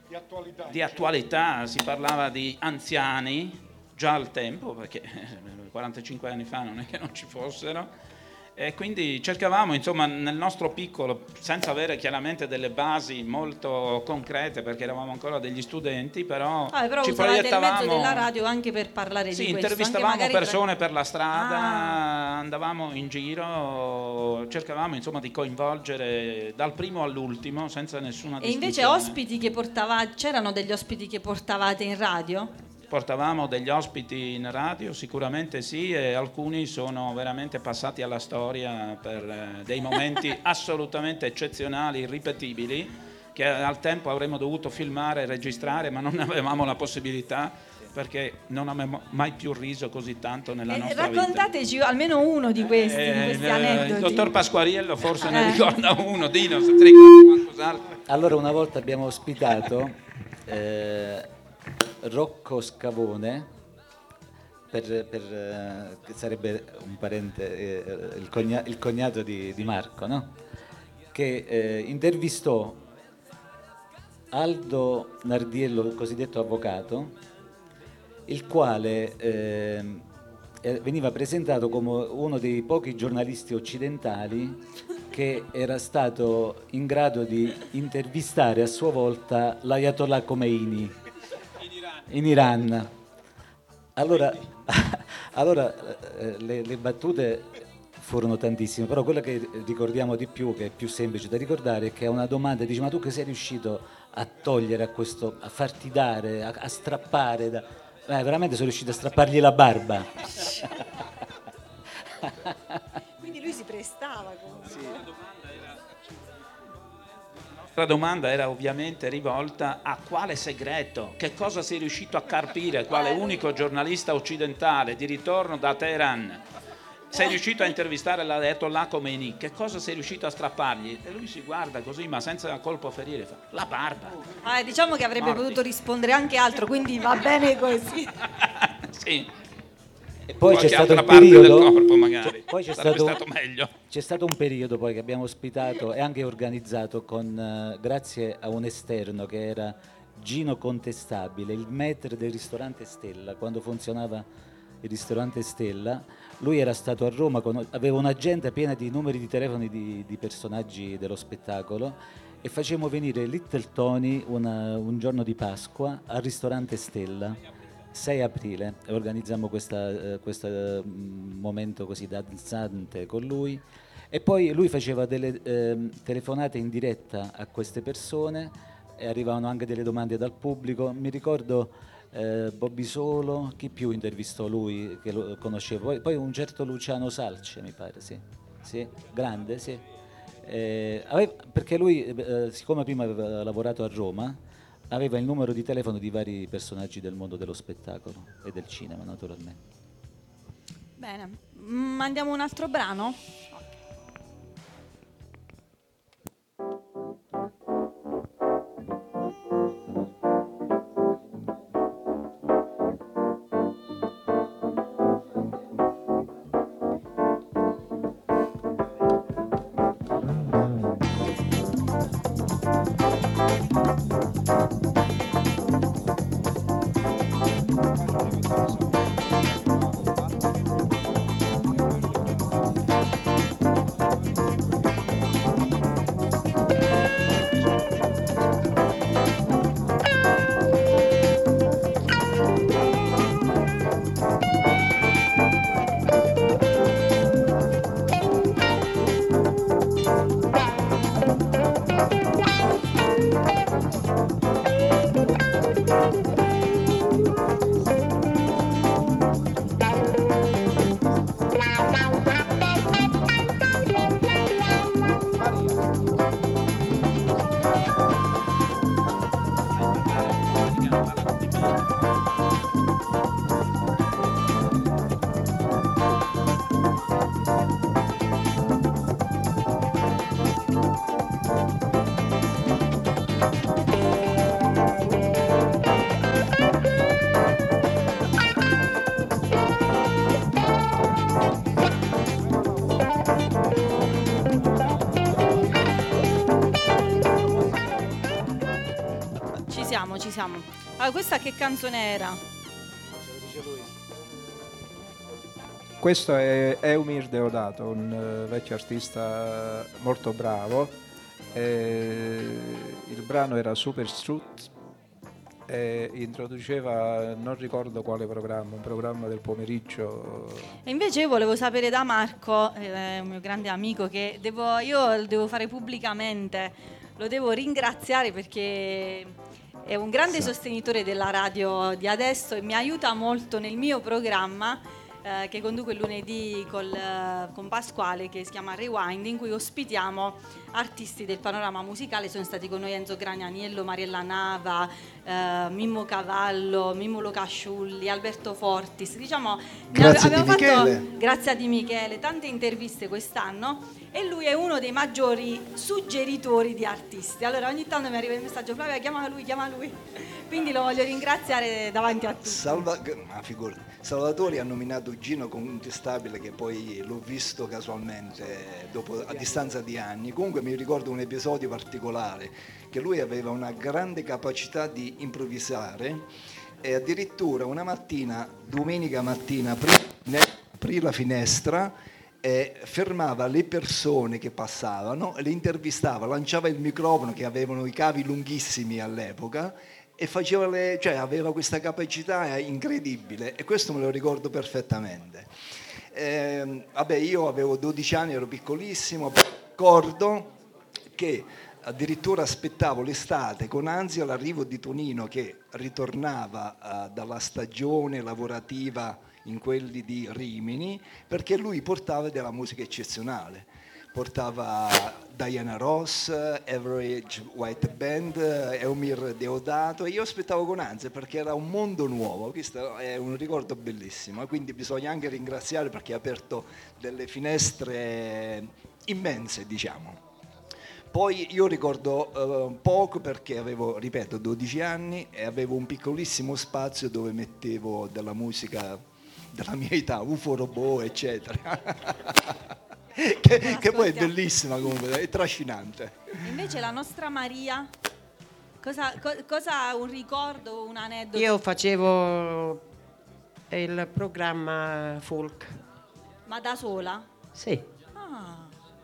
Di attualità. Di attualità, si parlava di anziani, già al tempo, perché quarantacinque anni fa non è che non ci fossero, e quindi cercavamo, insomma, nel nostro piccolo, senza avere chiaramente delle basi molto concrete, perché eravamo ancora degli studenti, però, ah, però ci usavate proiettavamo... il mezzo della radio anche per parlare sì, di questo. intervistavamo magari persone tra... per la strada, ah. andavamo in giro, cercavamo insomma di coinvolgere dal primo all'ultimo senza nessuna e invece distinzione. ospiti che portavate, c'erano degli ospiti che portavate in radio? Portavamo degli ospiti in radio, sicuramente sì, e alcuni sono veramente passati alla storia per eh, dei momenti assolutamente eccezionali, irripetibili, che al tempo avremmo dovuto filmare e registrare, ma non ne avevamo la possibilità, perché non abbiamo mai più riso così tanto nella eh, nostra raccontateci vita. Almeno uno di questi, eh, di questi eh, aneddoti. Il dottor Pasquariello forse eh. ne ricorda uno, Dino, se ti ricordi qualcos'altro. Allora, una volta abbiamo ospitato eh, Rocco Scavone, per, per, eh, che sarebbe un parente, eh, il, cogna, il cognato di, di Marco, no? Che eh, intervistò Aldo Nardiello, il cosiddetto avvocato, il quale eh, veniva presentato come uno dei pochi giornalisti occidentali che era stato in grado di intervistare a sua volta l'Ayatollah Khomeini in Iran. Allora, allora eh, le, le battute furono tantissime, però quello che ricordiamo di più, che è più semplice da ricordare, è che a una domanda dice: ma tu che sei riuscito a togliere a questo, a farti dare, a, a strappare da... eh, veramente sono riuscito a strappargli la barba. Quindi lui si prestava comunque. Sì. La domanda era ovviamente rivolta a quale segreto, che cosa sei riuscito a carpire, quale unico giornalista occidentale di ritorno da Teheran sei riuscito a intervistare l'Ayatollah Khomeini, che cosa sei riuscito a strappargli? E lui si guarda così, ma senza colpo ferire, fa: la barba. Ah, diciamo che avrebbe Morti. potuto rispondere anche altro, quindi va bene così. Sì. E poi c'è Qualche stato altra il parte periodo, del corpo magari, c'è, poi c'è sarebbe stato, stato meglio. C'è stato un periodo poi che abbiamo ospitato e anche organizzato con, eh, grazie a un esterno che era Gino Contestabile, il maître del ristorante Stella, quando funzionava il ristorante Stella. Lui era stato a Roma, con, aveva un'agenda piena di numeri di telefoni di, di personaggi dello spettacolo, e facevamo venire Little Tony una, un giorno di Pasqua al ristorante Stella, sei aprile, e organizzammo questa, eh, questo eh, momento così danzante con lui, e poi lui faceva delle eh, telefonate in diretta a queste persone e arrivavano anche delle domande dal pubblico. Mi ricordo eh, Bobby Solo, chi più intervistò lui che lo conoscevo, poi, poi un certo Luciano Salce, mi pare, sì, sì, grande, sì. Eh, aveva, perché lui, eh, siccome prima aveva lavorato a Roma, aveva il numero di telefono di vari personaggi del mondo dello spettacolo e del cinema, naturalmente. Bene, mandiamo un altro brano? diciamo. Allora, questa che canzone era? Questo è Eumir Deodato, un uh, vecchio artista molto bravo. E il brano era Super Struth e introduceva, non ricordo quale programma, un programma del pomeriggio. E invece io volevo sapere da Marco, eh, un mio grande amico, che devo, io lo devo fare pubblicamente, lo devo ringraziare perché è un grande sì. sostenitore della radio di adesso e mi aiuta molto nel mio programma eh, che conduco il lunedì col, con Pasquale, che si chiama Rewind, in cui ospitiamo artisti del panorama musicale. Sono stati con noi Enzo Granianiello, Mariella Nava, eh, Mimmo Cavallo, Mimmo Locasciulli, Alberto Fortis. Diciamo, grazie abbiamo di fatto, Michele. Grazie a Di Michele, tante interviste quest'anno e lui è uno dei maggiori suggeritori di artisti. Allora ogni tanto mi arriva il messaggio: Flavia, chiama lui, chiama lui. Quindi lo voglio ringraziare davanti a tutti. Salva, ma figurati, Salvatore ha nominato Gino Contestabile, che poi l'ho visto casualmente dopo, a distanza di anni. Comunque mi ricordo un episodio particolare, che lui aveva una grande capacità di improvvisare e addirittura una mattina, domenica mattina, aprì, aprì la finestra e fermava le persone che passavano, le intervistava, lanciava il microfono, che avevano i cavi lunghissimi all'epoca, e faceva le, cioè aveva questa capacità incredibile, e questo me lo ricordo perfettamente. Eh, vabbè, io avevo dodici anni, ero piccolissimo, ricordo che addirittura aspettavo l'estate con ansia l'arrivo di Tonino, che ritornava uh, dalla stagione lavorativa in quelli di Rimini, perché lui portava della musica eccezionale. Portava Diana Ross, Average White Band, Eumir Deodato, e io aspettavo con ansia perché era un mondo nuovo. Questo è un ricordo bellissimo, e quindi bisogna anche ringraziare perché ha aperto delle finestre immense, diciamo. Poi io ricordo uh, poco perché avevo, ripeto, dodici anni e avevo un piccolissimo spazio dove mettevo della musica della mia età, U F O Robot, eccetera. che, che poi è bellissima comunque, è trascinante. Invece la nostra Maria, cosa, co, cosa un ricordo, un aneddoto? Io facevo il programma folk. Ma da sola? Sì. Ah.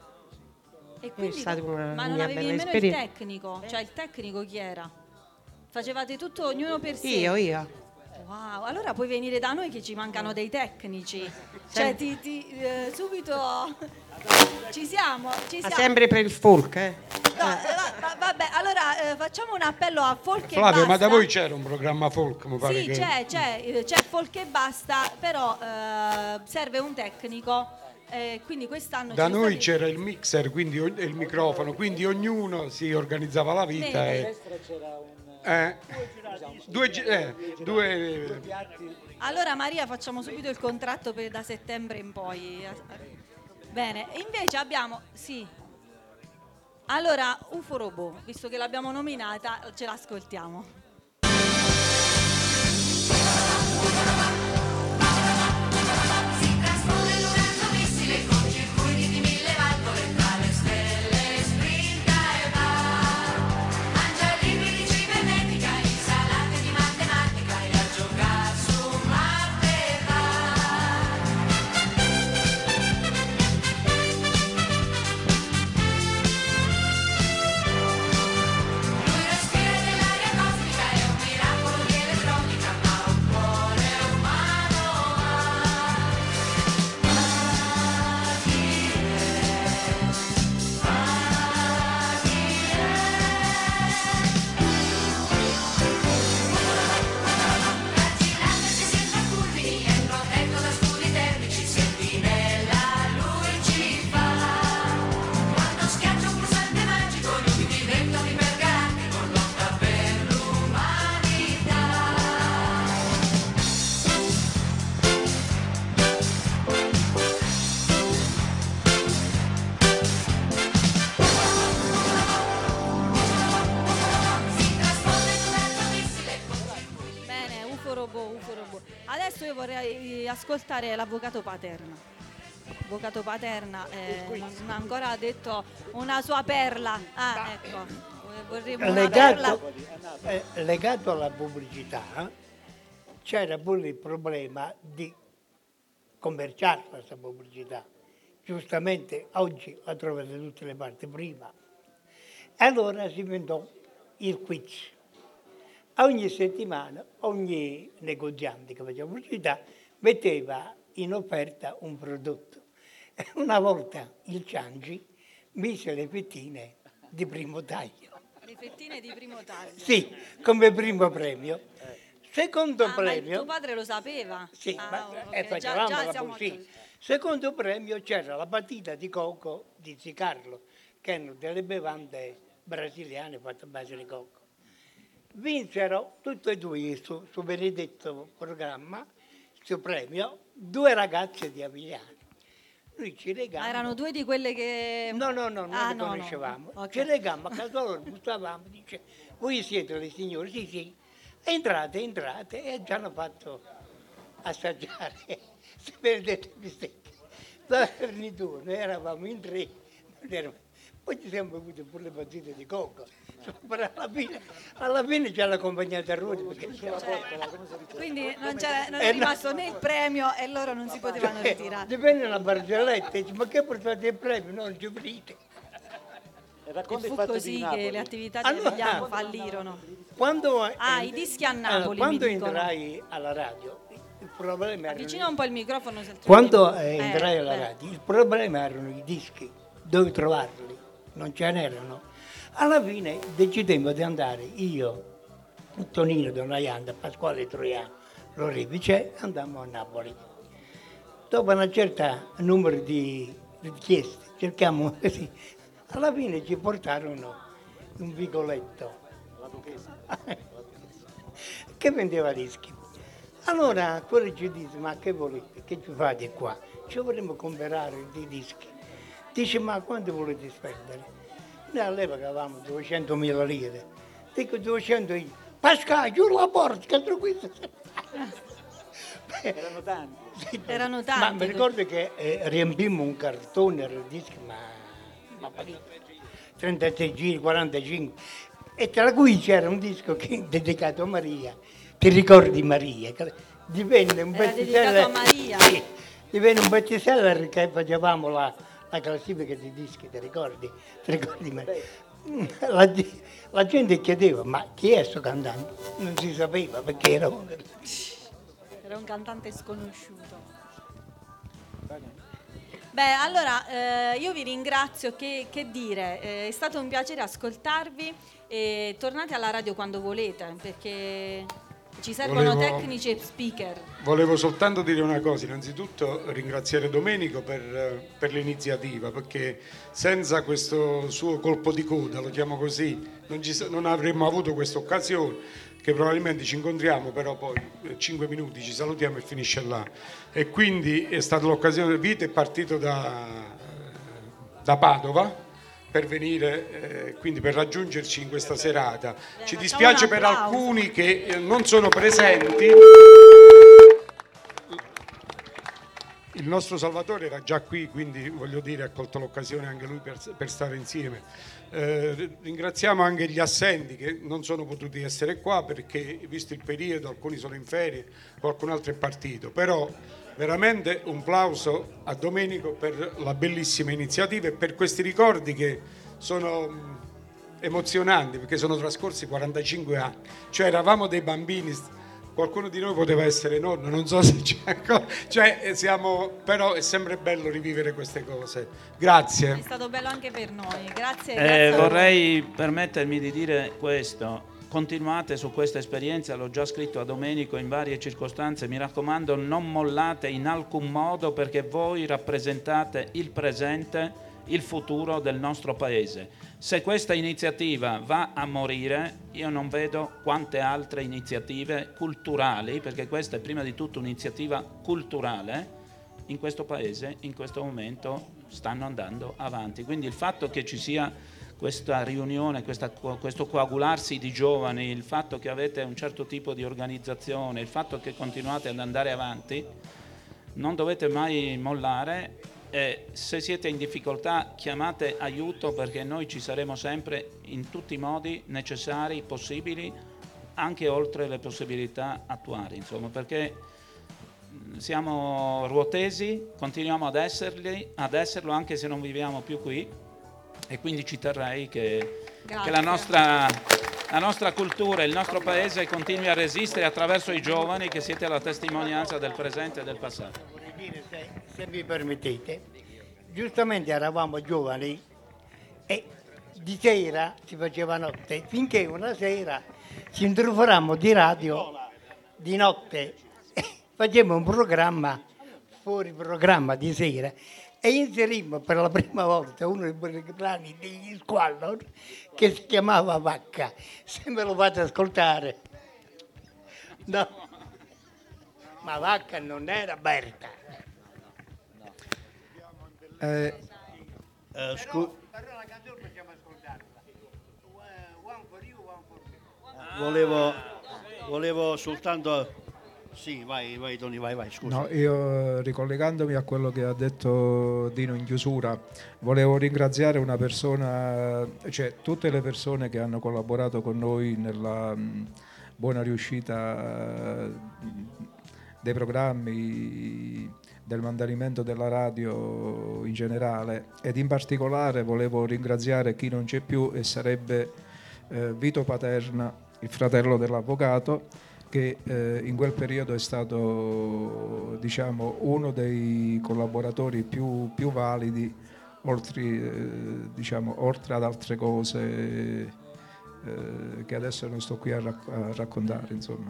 E quindi, è stata una ma non mia avevi bella nemmeno esperienza. il tecnico? Cioè il tecnico chi era? Facevate tutto ognuno per sé? Io, io. Wow, allora puoi venire da noi che ci mancano dei tecnici. Cioè ti, ti eh, subito ci siamo, ci Ma siamo. sempre per il folk, eh? No, eh, va, vabbè, allora eh, facciamo un appello a Folk e Flavio, Basta. ma da voi c'era un programma folk, mi pare Sì, che... c'è, c'è, eh, c'è Folk e Basta, però eh, serve un tecnico. Eh, quindi quest'anno Da ci sono noi stati... c'era il mixer, quindi o- e il microfono, quindi ognuno si organizzava la vita. Bene. E... Eh, due, gi- eh, due Allora Maria, facciamo subito il contratto per da settembre in poi. Bene, e invece abbiamo, sì. Allora, U F O Robot, visto che l'abbiamo nominata, ce l'ascoltiamo. Adesso io vorrei ascoltare l'avvocato Paterna. L'avvocato Paterna eh, non ha ancora detto una sua perla. Ah, ecco. vorremmo una Legato, perla. eh, legato alla pubblicità c'era pure il problema di commerciare questa pubblicità. Giustamente oggi la trovate da tutte le parti, prima. E allora si inventò il quiz. Ogni settimana ogni negoziante che faceva pubblicità metteva in offerta un prodotto. E una volta il Cianci mise le fettine di primo taglio. Le fettine di primo taglio. Sì, come primo premio. Secondo Ah, ma premio... tuo padre lo sapeva? Sì, Ah, ma ok, e già- facevamo già la siamo poesia. a- Secondo premio c'era la partita di coco di Zicarlo, che erano delle bevande brasiliane fatte a base di coco. Vinsero tutti e due il suo, suo benedetto programma, il suo premio, due ragazze di Avigliano. Noi ci regammo. Ma erano due di quelle che... No, no, no, non Ah, le no, no. conoscevamo. Ok. Ci regammo a casa loro, bussavamo, dice, voi siete le signore? Sì, sì. Entrate, entrate, e ci hanno fatto assaggiare se vedete bistecche. La fornitura, noi eravamo in tre, non eravamo- poi ci siamo bevuti pure le battute di coco. Però alla fine, alla fine ci hanno accompagnato a Ruoti perché Quindi non, c'era, non Eh, è no. rimasto né il premio e loro non si potevano Eh, ritirare. dipende da una barzelletta, dice, ma che portate il premio? No, non ci venite. E fu così che le attività di Allora- Avigliano fallirono. Quando, Ah, i dischi a Napoli, allora, quando mi dicono. entrai alla radio, il problema era... Avvicina un po' il microfono. se altrimenti- Quando eh, entrai Eh, alla beh. radio, il problema erano i dischi, dove trovarli, non ce n'erano. Alla fine decidemmo di andare io, Tonino Donaianda, Pasquale Troiano, Lorevice, andammo a Napoli. Dopo una certa numero di richieste, cerchiamo così, alla fine ci portarono un vicoletto che vendeva dischi. Allora quello ci disse, ma che volete, che ci fate qua? Ci vorremmo comprare dei dischi. Dice, ma quanto volete spendere? Noi all'epoca avevamo duecentomila lire. Dico duecento io. Pascal, giù la porta, che altro questo. Erano tanti. Erano Ma tanti. mi ricordo che eh, riempimmo un cartone di dischi, ma, ma parecchio. trentasei giri, quarantacinque. E tra cui c'era un disco che, dedicato a Maria. Ti ricordi Maria? Che divenne un Era bestseller. dedicato a Maria. Sì, divenne un bestseller che facevamo la, la classifica di dischi, ti ricordi? Ti ricordi Maria? La, ge- la gente chiedeva, ma chi è sto cantante? Non si sapeva perché era un... Era un cantante sconosciuto. Beh, allora eh, io vi ringrazio, che, che dire, eh, è stato un piacere ascoltarvi e tornate alla radio quando volete perché ci servono Volevo- tecnici e speaker. Volevo soltanto dire una cosa, innanzitutto ringraziare Domenico per, per l'iniziativa, perché senza questo suo colpo di coda, lo chiamo così, non, ci, sa- non avremmo avuto questa occasione, che probabilmente ci incontriamo, però poi eh, cinque minuti ci salutiamo e finisce là. E quindi è stata l'occasione, Vito è partito da, da Padova per venire, eh, quindi per raggiungerci in questa serata. Ci facciamo dispiace un per applauso. alcuni che eh, non sono presenti. Il nostro Salvatore era già qui, quindi voglio dire, ha colto l'occasione anche lui per, per stare insieme. Eh, ringraziamo anche gli assenti che non sono potuti essere qua perché, visto il periodo, alcuni sono in ferie, qualcun altro è partito. Però veramente un plauso a Domenico per la bellissima iniziativa e per questi ricordi che sono mh, emozionanti, perché sono trascorsi quarantacinque anni. Cioè eravamo dei bambini. Qualcuno di noi poteva essere nonno, non so se c'è ancora, cioè eh, siamo, però è sempre bello rivivere queste cose. È Grazie. stato bello anche per noi. Grazie. Eh, grazie a voi. vorrei permettermi di dire questo. Continuate su questa esperienza, l'ho già scritto a Domenico in varie circostanze, mi raccomando non mollate in alcun modo perché voi rappresentate il presente, il futuro del nostro paese. Se questa iniziativa va a morire, io non vedo quante altre iniziative culturali, perché questa è prima di tutto un'iniziativa culturale, in questo paese in questo momento stanno andando avanti. Quindi il fatto che ci sia questa riunione, questa, questo coagularsi di giovani, il fatto che avete un certo tipo di organizzazione, il fatto che continuate ad andare avanti, non dovete mai mollare E se siete in difficoltà chiamate aiuto, perché noi ci saremo sempre in tutti i modi necessari, possibili, anche oltre le possibilità attuali, insomma, perché siamo ruotesi, continuiamo ad esserli, ad esserlo anche se non viviamo più qui, e quindi ci terrei che, che la nostra, la nostra cultura, il nostro paese continui a resistere attraverso i giovani, che siete la testimonianza del presente e del passato. Vorrei dire, se, se mi permettete, giustamente eravamo giovani e di sera si faceva notte, finché una sera ci introdurammo di radio di notte, facevamo un programma, fuori programma di sera, e inserimmo per la prima volta uno dei brani degli Squallor che si chiamava Vacca. Se me lo fate ascoltare, no, ma Vacca non era Berta. Eh, Eh, scu- Però la canzone possiamo ascoltarla. One for you, one for me. volevo, volevo soltanto... Sì, vai, vai Tony, vai, vai, scusa. No, io ricollegandomi a quello che ha detto Dino in chiusura, volevo ringraziare una persona, cioè tutte le persone che hanno collaborato con noi nella mh, buona riuscita uh, dei programmi, del mantenimento della radio in generale, ed in particolare volevo ringraziare chi non c'è più, e sarebbe uh, Vito Paterna, il fratello dell'avvocato, che eh, in quel periodo è stato, diciamo, uno dei collaboratori più, più validi, oltre, eh, diciamo, oltre ad altre cose eh, che adesso non sto qui a, rac- a raccontare, insomma.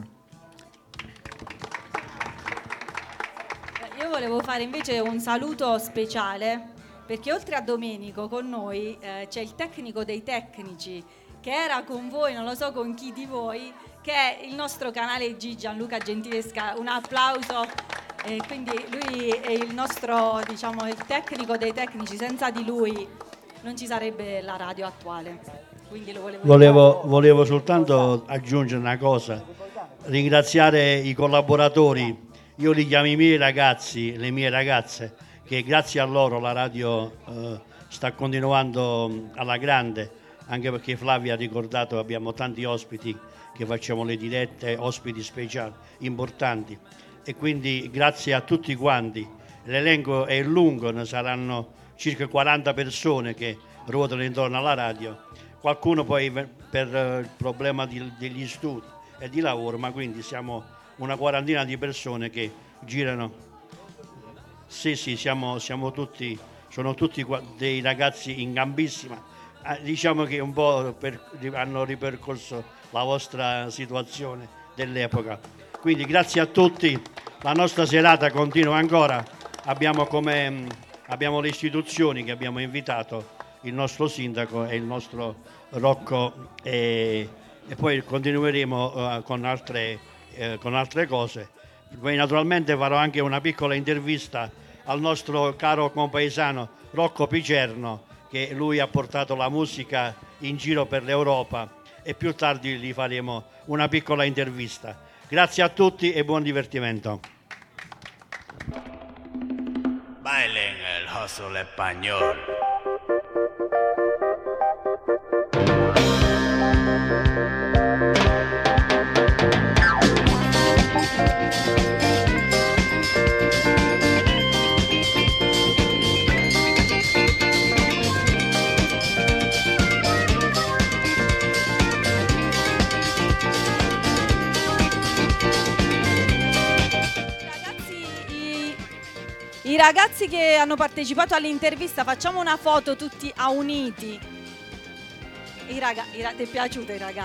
Io volevo fare invece un saluto speciale, perché oltre a Domenico con noi eh, c'è il tecnico dei tecnici, che era con voi, non lo so con chi di voi, che è il nostro canale G, Gianluca Gentilesca. Un applauso. E quindi lui è il nostro, diciamo, il tecnico dei tecnici. Senza di lui non ci sarebbe la radio attuale. Quindi lo volevo Volevo, volevo soltanto aggiungere una cosa, ringraziare i collaboratori. Io li chiamo i miei ragazzi, le mie ragazze, che grazie a loro la radio eh, sta continuando alla grande, anche perché Flavia ha ricordato che abbiamo tanti ospiti che facciamo le dirette, ospiti speciali importanti, e quindi grazie a tutti quanti. L'elenco è lungo, ne saranno circa quaranta persone che ruotano intorno alla radio, qualcuno poi per il problema di, degli studi e di lavoro, ma quindi siamo una quarantina di persone che girano. Sì, sì, siamo, siamo tutti, sono tutti dei ragazzi in gambissima. Ah, diciamo che un po' per, hanno ripercorso la vostra situazione dell'epoca. Quindi grazie a tutti, la nostra serata continua ancora. Abbiamo, come, abbiamo le istituzioni che abbiamo invitato, il nostro sindaco e il nostro Rocco, e, e poi continueremo uh, con, altre, uh, con altre cose. Poi naturalmente farò anche una piccola intervista al nostro caro compaesano Rocco Picerno, che lui ha portato la musica in giro per l'Europa, e più tardi gli faremo una piccola intervista. Grazie a tutti e buon divertimento. Bailen el hustle español. I ragazzi che hanno partecipato all'intervista, facciamo una foto tutti auniti. I raga- i ra- ti è piaciuto i ragazzi?